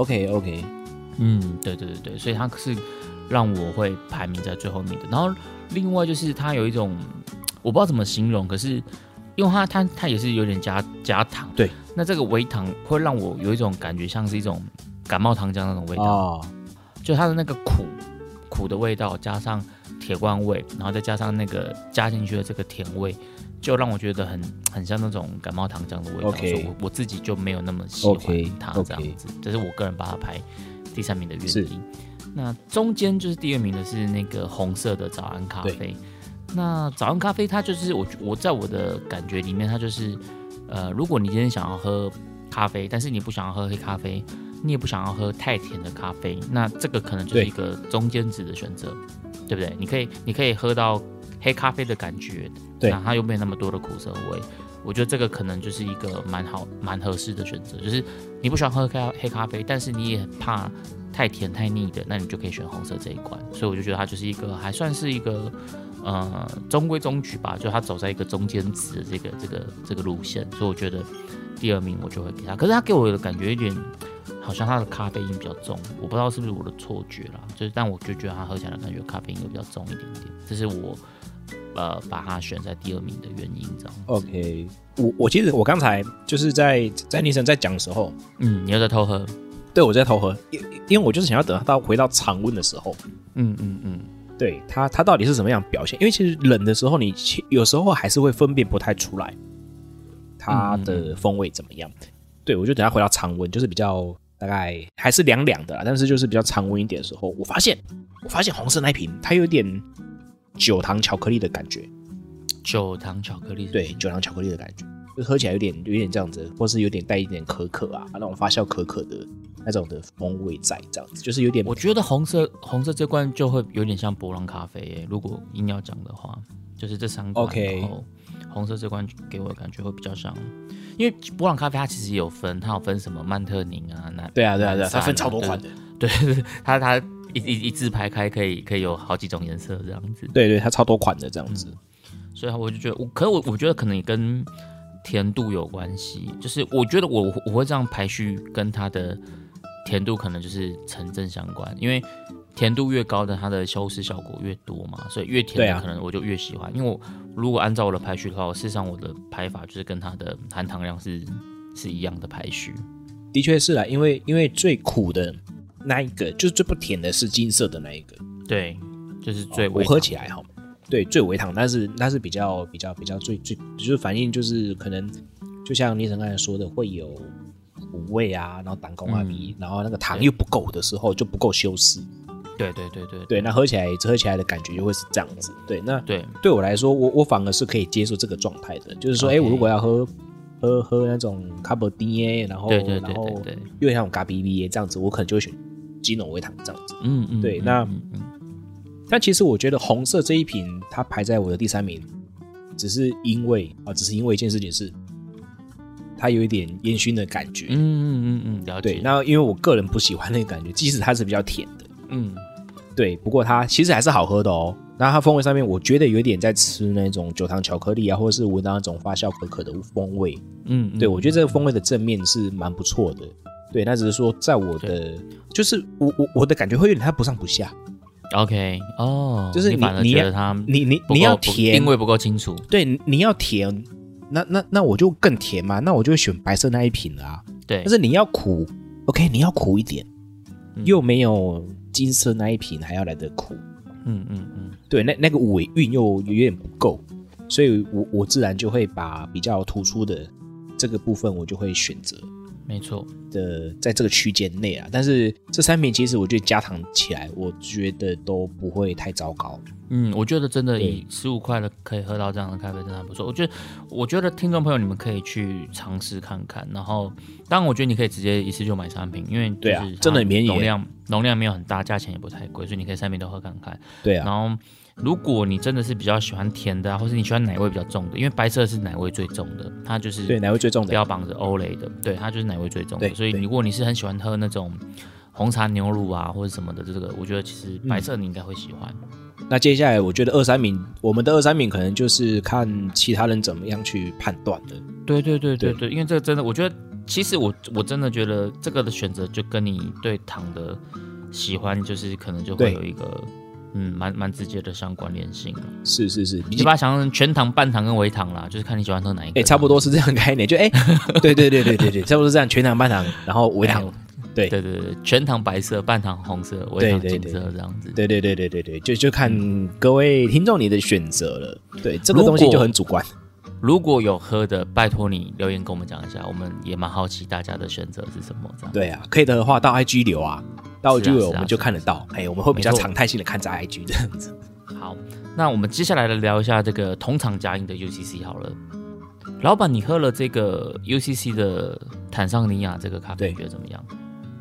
对，所以它是让我会排名在最后面的。然后另外就是它有一种我不知道怎么形容，可是因为它也是有点加糖， 对， 那这个微糖会让我有一种感觉，像是一种感冒糖浆那种味道，就它的那个苦的味道，加上铁观味，然后再加上那个加进去的这个甜味。就让我觉得很像那种感冒糖浆的味道，所以我自己就没有那么喜欢它这样子，这是我个人把它排第3名的原因。那中间就是第2名的是那个红色的早安咖啡。那早安咖啡它就是我在我的感觉里面，它就是如果你今天想要喝咖啡，但是你不想要喝黑咖啡， 你也不想要喝太甜的咖啡，那这个可能就是一个中间值的选择，对不对？你可以喝到黑咖啡的感觉， 对， 那它又没有那么多的苦涩味。我觉得这个可能就是一个蛮合适的选择，就是你不喜欢喝黑咖啡，但是你也怕太甜太腻的，那你就可以选红色这一款。所以我就觉得它就是一个还算是一个中规中矩吧，就它走在一个中间值的这个路线，所以我觉得第2名我就会给他。可是他给我的感觉有点好像他的咖啡因比较重，我不知道是不是我的错觉啦，就是但我就觉得他喝起来的感觉咖啡因会比较重一点点，这是我把它选在第2名的原因，这样。 OK， 我其实我刚才就是在尼神在讲的时候， 你又在偷喝？ 对，我在偷喝，因为我就是想要等到回到常温的时候，对它到底是什么样表现？因为其实冷的时候，你有时候还是会分辨不太出来它的风味怎么样。对，我就等它回到常温，就是比较大概还是凉凉的啦，但是就是比较常温一点的时候，我发现红色那一瓶它有点酒糖巧克力的感觉。 酒糖巧克力， 对，酒糖巧克力的感觉，就是喝起来有点这样子，或是有点带一点可可啊，那种发酵可可的那种的风味在，这样子就是有点。我觉得红色这罐就会有点像伯朗咖啡耶，如果硬要讲的话，就是这3罐。 OK， 然后红色这罐给我的感觉会比较像，因为伯朗咖啡它其实也有分，它有分什么曼特宁啊， 对啊，它分超多款的， 对，它一字排开可以有好几种颜色这样子， 对，它超多款的这样子。 所以我就觉得，我觉得可能也跟甜度有关系，就是我觉得我会这样排序，跟它的甜度可能就是成正相关，因为甜度越高的，它的修饰效果越多嘛，所以越甜的可能我就越喜欢。因为我如果按照我的排序的话，事实上我的排法就是跟它的含糖量是一样的排序。 的确是啦，因为最苦的那一个，就是最不甜的是金色的那一个， 对，就是最微糖。 我喝起来哈。对，最微糖，但是那是比较最就是反应就是可能就像尼神刚才说的，会有苦味啊，然后胆公啊皮，然后那个糖又不够的时候就不够修饰。对，那喝起来的感觉就会是这样子。对，那对我来说，我反而是可以接受这个状态的，就是说，我如果要喝那种卡布丁然后又像咖啡味这样子，我可能就会选基浓微糖这样子。对，那。但其实我觉得红色这一瓶它排在我的第3名，只是因为一件事情是，它有一点烟熏的感觉。 了解。 对，那因为我个人不喜欢那个感觉，即使它是比较甜的。对，不过它其实还是好喝的哦。那它风味上面，我觉得有点在吃那种酒糖巧克力啊，或者是闻到那种发酵可可的风味。对，我觉得这个风味的正面是蛮不错的。对，那只是说在我的，就是我的感觉会有点它不上不下。 OK， 就是你反而觉得它你要甜， 定位不够清楚。 对，你要甜，那我就更甜嘛，那我就会选白色那一瓶啦。 对， 但是你要苦 ，OK， 你要苦一点，又没有金色那一瓶还要来得苦。对，那个尾韵又有点不够，所以我自然就会把比较突出的这个部分，我就会选择。 没错的，在这个区间内啊，但是这3瓶其实我觉得加糖起来，我觉得都不会太糟糕。 我觉得真的以15块的可以喝到这样的咖啡，真的还不错。我觉得听众朋友你们可以去尝试看看，然后当然我觉得你可以直接一次就买3瓶，因为对啊，真的很便宜， 容量没有很大，价钱也不太贵，所以你可以3瓶都喝看看。 对啊， 然后如果你真的是比较喜欢甜的或是你喜欢奶味比较重的，因为白色是奶味最重的，它就是对奶味最重的， 标榜着欧蕾的，对，它就是奶味最重的。所以如果你是很喜欢喝那种红茶牛乳啊或者什么的，这个我觉得其实白色你应该会喜欢。 那接下来我觉得我们的2、3名可能就是看其他人怎么样去判断的。 对，因为这个真的，我觉得其实我真的觉得这个的选择就跟你对糖的喜欢，就是可能就会有一个蛮直接的相关联性。 是， 你就把它想成全糖、半糖跟微糖啦，就是看你喜欢喝哪一个。 差不多是这样的概念，就对，差不多是这样，全糖、半糖，然后微糖。对， 全糖白色，半糖红色，微糖金色这样子。 对，就看各位听众你的选择了。对，这个东西就很主观。 如果有喝的，拜托你留言跟我们讲一下，我们也蛮好奇大家的选择是什么。这样对啊，可以的话到 IG 留啊，到 IG 留我们就看得到。我们会比较常态性的看在 IG 这样子。 好，那我们接下来聊一下这个同场加映的 UCC 好了。老板，你喝了这个 UCC 的坦桑尼亚这个咖啡，觉得怎么样？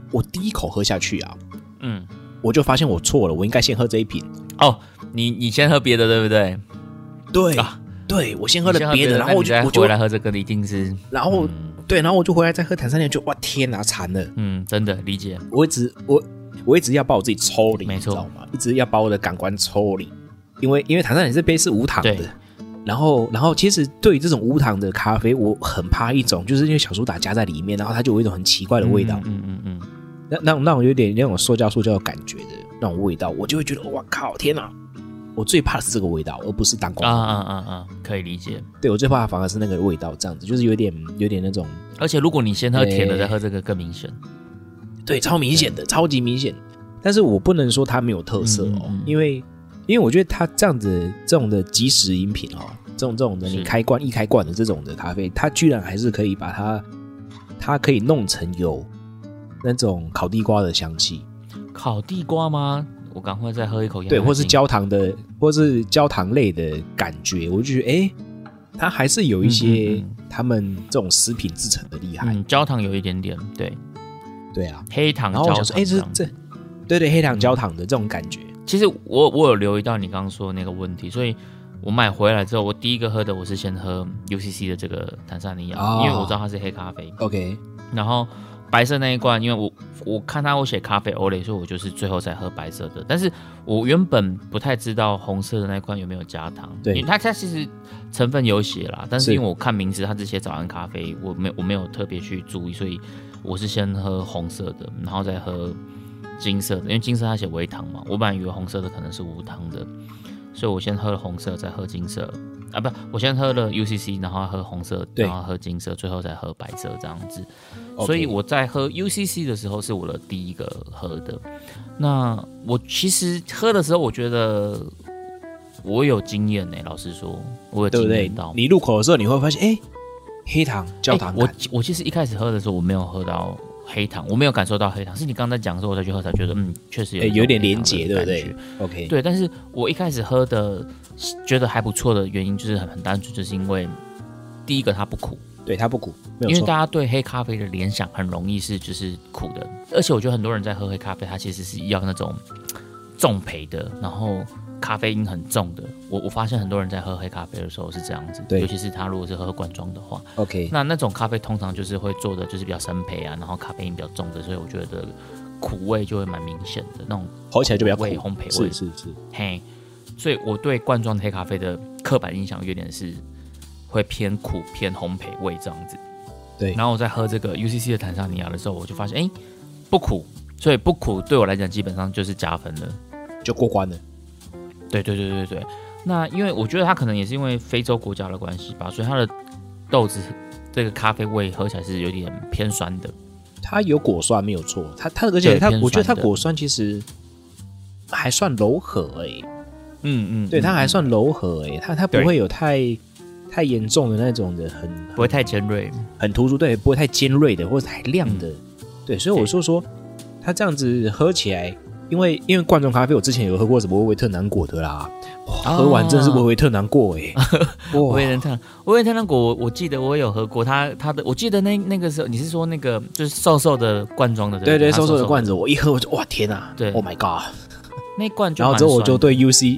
我第一口喝下去啊，我就发现我错了，我应该先喝这一瓶。 哦，你先喝别的，对不对？ 对啊，对我先喝了别的，然后我就回来喝这个，一定是， 然后、对，然后我就回来再喝坦桑尼亚，就哇天哪，惨了。 真的理解。 我一直要把我自己抽离， 没错， 你知道吗？一直要把我的感官抽离，因为坦桑尼亚这杯是无糖的。然后其实对于这种无糖的咖啡，我很怕一种，就是因为小苏打加在里面，然后它就有一种很奇怪的味道。那种有点那种塑胶的感觉的那种味道，我就会觉得哇靠，天哪！我最怕的是这个味道，而不是当光。 可以理解。 对，我最怕的反而是那个味道，这样子就是有点那种。 而且如果你先喝甜的，再喝这个更明显。 对，超明显的，超级明显。但是我不能说它没有特色哦，因为我觉得它这样子这种的即食饮品哦，这种的你一开罐的这种的咖啡，它居然还是可以把它可以弄成有那种烤地瓜的香气。 烤地瓜吗？我赶快再喝一口。 对，或是焦糖的，或是焦糖类的感觉，我就觉得它还是有一些他们这种食品制成的厉害。 焦糖有一点点，对啊，黑糖焦糖。 然后我想说，对，黑糖焦糖的这种感觉。 其实我有留意到你刚刚说的那个问题，所以我买回来之后，我第一个喝的我是先喝 UCC 的这个坦桑尼亚，因为我知道它是黑咖啡。 OK， 然后白色那一罐，因为我看它有写咖啡欧蕾，所以我就是最后才喝白色的。但是我原本不太知道红色的那一罐有没有加糖， 对， 因为它其实成分有写啦，但是因为我看名字它是写早安咖啡，我没有特别去注意，所以我是先喝红色的，然后再喝金色的，因为金色它写微糖嘛，我本来以为红色的可能是无糖的，所以我先喝了红色，再喝金色啊，不，我先喝了 UCC， 然后喝红色，然后喝金色，最后再喝白色这样子。所以我在喝 UCC 的时候是我的第一个喝的。那我其实喝的时候，我觉得我有经验老实说，我有经验到。 对不对？你入口的时候，你会发现，黑糖、焦糖感。 我其实一开始喝的时候，我没有喝到黑糖，我没有感受到黑糖，是你刚才讲的时候我再去喝才觉得，确实有点连结，对不对 ？OK， 对，但是我一开始喝的觉得还不错的原因就是很单纯，就是因为第一个它不苦， 对，它不苦， 因为大家对黑咖啡的联想很容易是就是苦的，而且我觉得很多人在喝黑咖啡，它其实是要那种重焙的，然后咖啡因很重的。我发现很多人在喝黑咖啡的时候是这样子，尤其是他如果是喝罐装的话 ，OK， 那种咖啡通常就是会做的就是比较深焙啊，然后咖啡因比较重的，所以我觉得苦味就会蛮明显的，那种喝起来就比较苦， 烘焙味， 是， 嘿，所以我对罐装的黑咖啡的刻板印象有点是会偏苦偏烘焙味这样子。 对， 然后我在喝这个 UCC 的坦桑尼亚的时候，我就发现不苦，所以不苦对我来讲基本上就是加分了， 就过关了。 对。那因为我觉得它可能也是因为非洲国家的关系吧，所以它的豆子这个咖啡味喝起来是有点偏酸的。它有果酸没有错，而且我觉得它果酸其实还算柔和对，它还算柔和它不会有太严重的那种的不会太尖锐， 很突出，对，不会太尖锐的或者太亮的，对，所以我说它这样子喝起来。因为罐装咖啡，我之前有喝过什么维特南果的啦，喝完真的是维特南果维特南果，我记得我有喝过它的，我记得那个时候你是说那个就是瘦瘦的罐装的， 对，瘦瘦的罐子，我一喝我就哇天哪，对 ，Oh my god， 那罐就然后之后我就对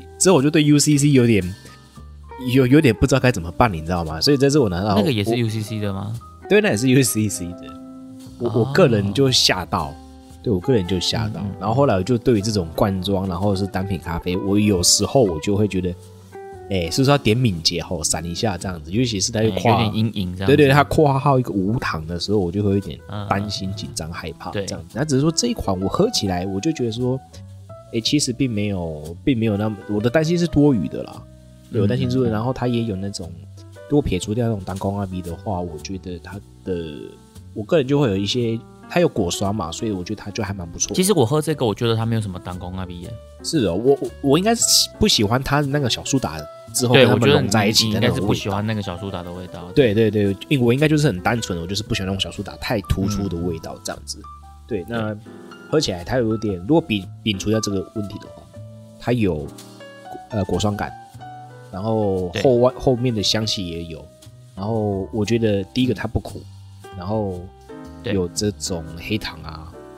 UCC 有点不知道该怎么办，你知道吗？所以这次我拿到那个也是 UCC 的吗？ 对，那也是 UCC 的，我个人就吓到。对，我个人就吓到，然后后来我就对于这种罐装，然后是单品咖啡，我有时候我就会觉得，是不是要点敏捷闪一下这样子，尤其是它有点阴影这样子， 对，它括号一个无糖的时候，我就会有点担心、紧张、害怕这样子。那只是说这一款我喝起来，我就觉得说，其实并没有那么，我的担心是多余的啦，对，我担心是多余，然后它也有那种，如果撇除掉那种单光阿 B 的话，我觉得它的，我个人就会有一些。它有果酸嘛，所以我觉得它就还蛮不错。 其实我喝这个，我觉得它没有什么单工阿比耶。 是哦，我应该是不喜欢它那个小苏打之后跟它们融在一起的那种味道。 应该是不喜欢那个小苏打的味道。 对，因为我应该就是很单纯的，我就是不喜欢那种小苏打太突出的味道这样子。对，那喝起来它有点，如果摒除掉这个问题的话，它有果酸感，然后后面的香气也有，然后我觉得第一个它不苦，然后有这种黑糖啊，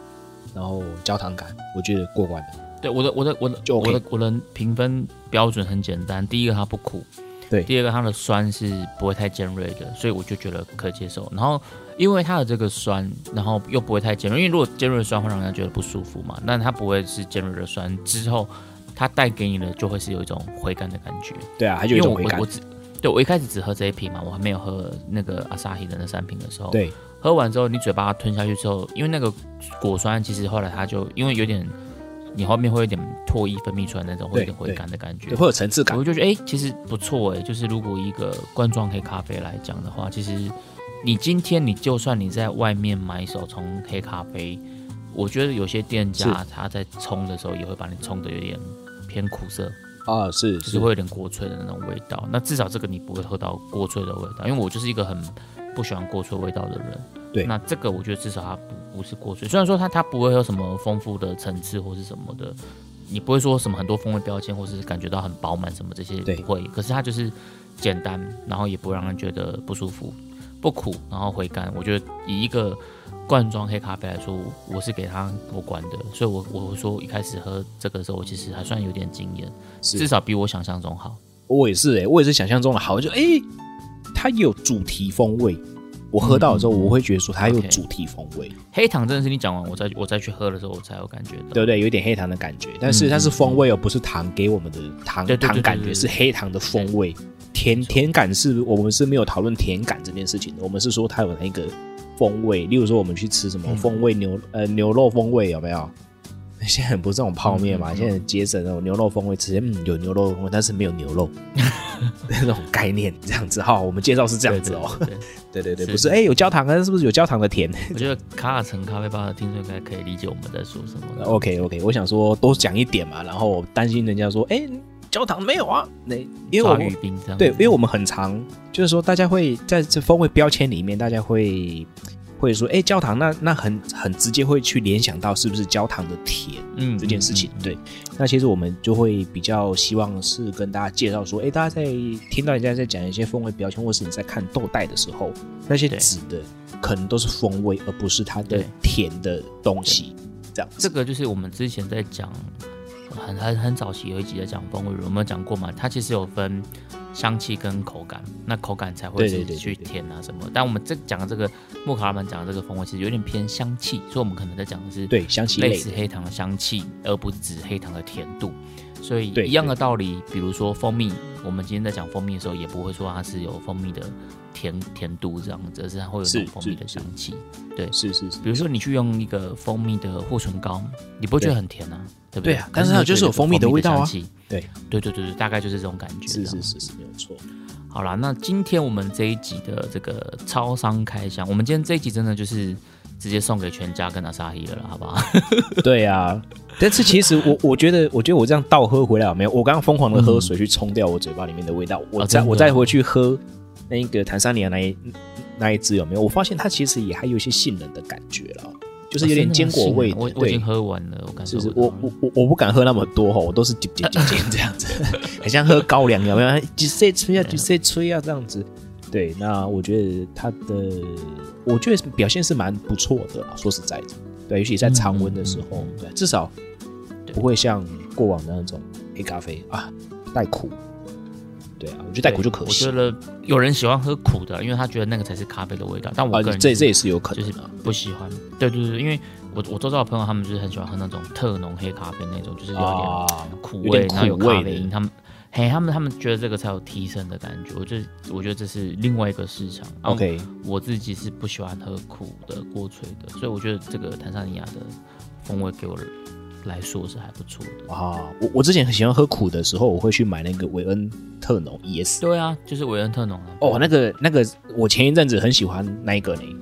然后焦糖感，我觉得过关了。 对，我的评分标准很简单，第一个它不苦， 对， 第二个它的酸是不会太尖锐的，所以我就觉得可以接受。然后因为它的这个酸，然后又不会太尖锐，因为如果尖锐的酸会让人家觉得不舒服嘛，但它不会是尖锐的酸之后，它带给你的就会是有一种回甘的感觉。 对啊，它就有一种回甘。 我一开始只喝这一瓶嘛，我还没有喝那个Asahi的那3瓶的时候， 对， 喝完之后你嘴巴吞下去之后，因为那个果酸其实后来它就因为有点。你后面会有点唾液分泌出来那种，会有点回甘的感觉， 会有层次感。 我就觉得，其实不错就是如果一个罐装黑咖啡来讲的话，其实你今天你就算你在外面买手冲黑咖啡，我觉得有些店家他在冲的时候也会把你冲的有点偏苦涩啊， 就是会有点过脆的那种味道。那至少这个你不会喝到过脆的味道，因为我就是一个很不喜欢过脆味道的人。 对， 那这个我觉得至少它不是过脆，虽然说它不会有什么丰富的层次或是什么的，你不会说什么很多风味标签或是感觉到很饱满什么这些不会，可是它就是简单，然后也不会让人觉得不舒服，不苦，然后回甘。我觉得以一个罐装黑咖啡来说，我是给它过关的，所以我说一开始喝这个的时候，我其实还算有点惊艳，至少比我想象中好。 我也是想象中的好，就它有主题风味。我喝到的时候，我会觉得说它有主题风味。 黑糖真的是你讲完我再去喝的时候，我才有感觉到， 对不对？有一点黑糖的感觉，但是它是风味不是糖给我们的糖感觉，是黑糖的风味。甜感是我们是没有讨论甜感这件事情的，我们是说它有那个风味。例如说我们去吃什么风味牛肉风味有没有？现在很不是这种泡面嘛，现在很节省那种牛肉风味，直接有牛肉风味，但是没有牛肉那种概念，这样子哈。我们介绍是这样子哦。对，不是有焦糖，但是不是有焦糖的甜？ 我觉得卡尔城咖啡吧的听众应该可以理解我们在说什么。 OK， 我想说多讲一点嘛，然后我担心人家说焦糖没有啊，因为我们对，因为我们很常就是说大家会在这风味标签里面，大家会说焦糖那很直接会去联想到是不是焦糖的甜这件事情。对，那其实我们就会比较希望是跟大家介绍说大家在听到人家在讲一些风味标签，或是你在看豆袋的时候，那些指的可能都是风味，而不是它的甜的东西。这样子， 这个就是我们之前在讲很早期有一集在讲风味，我们有讲过嘛？它其实有分香气跟口感，那口感才会是去甜啊什么。但我们讲的这个木卡拉曼讲的这个风味，其实有点偏香气，所以我们可能在讲的是香气类类似黑糖的香气，而不是指黑糖的甜度。所以一样的道理，比如说蜂蜜，我们今天在讲蜂蜜的时候，也不会说它是有蜂蜜的甜度这样子，而是它会有那种蜂蜜的香气。对， 是。 比如说你去用一个蜂蜜的护唇膏，你不会觉得很甜啊，对不对？ 对啊，但是它就是有蜂蜜的味道啊。对， 大概就是这种感觉。 是，没有错。 好啦，那今天我们这一集的这个超商开箱，我们今天这一集真的就是直接送给全家跟Asahi了啦，好不好？ 对啊，但是其实我觉得我这样倒喝回来有没有？我刚刚疯狂的喝水去冲掉我嘴巴里面的味道，我再回去喝那个坦桑尼亚那一支有没有？我发现它其实也还有一些杏仁的感觉了。就是有点坚果味的， 我已经喝完了，我感受。 我不敢喝那么多我都是点这样子，很像喝高粱有没有？几岁吹啊，几岁吹啊这样子。对，那我觉得它的，我觉得表现是蛮不错的啦，说实在的，对，尤其在常温的时候，对，至少不会像过往的那种黑咖啡啊带苦。对啊，我觉得带苦就可惜。 我觉得有人喜欢喝苦的，因为他觉得那个才是咖啡的味道。但我个人这也是有可能， 就是不喜欢。对，因为我周遭的朋友他们就是很喜欢喝那种特浓黑咖啡那种，就是有点苦味，然后有咖啡因。他们觉得这个才有提升的感觉。我觉得这是另外一个市场。 OK， 我自己是不喜欢喝苦的、过脆的，所以我觉得这个坦桑尼亚的风味给我来说是还不错的啊！我之前很喜欢喝苦的时候，我会去买那个韦恩特浓 ES。 对啊，就是韦恩特浓啊。 哦，那个，我前一阵子很喜欢那一个呢。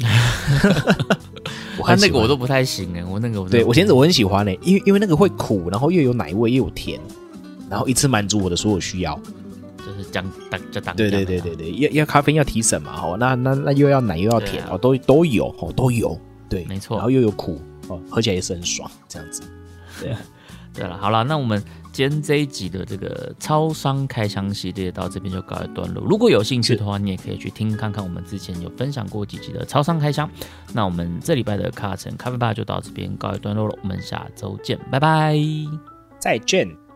他那个我都不太行哎，我前阵子我很喜欢呢，因为那个会苦，然后又有奶味又有甜，然后一次满足我的所有需要。 就是当对，要咖啡要提神嘛，那又要奶又要甜都有，对， 没错， 然后又有苦。喝起来也是很爽，这样子。 对了，好了，那我们今天这一集的这个超商开箱系列到这边就告一段落。如果有兴趣的话，你也可以去听看看我们之前有分享过几集的超商开箱。那我们这礼拜的卡城咖啡吧就到这边告一段落了，我们下周见，拜拜， 再见。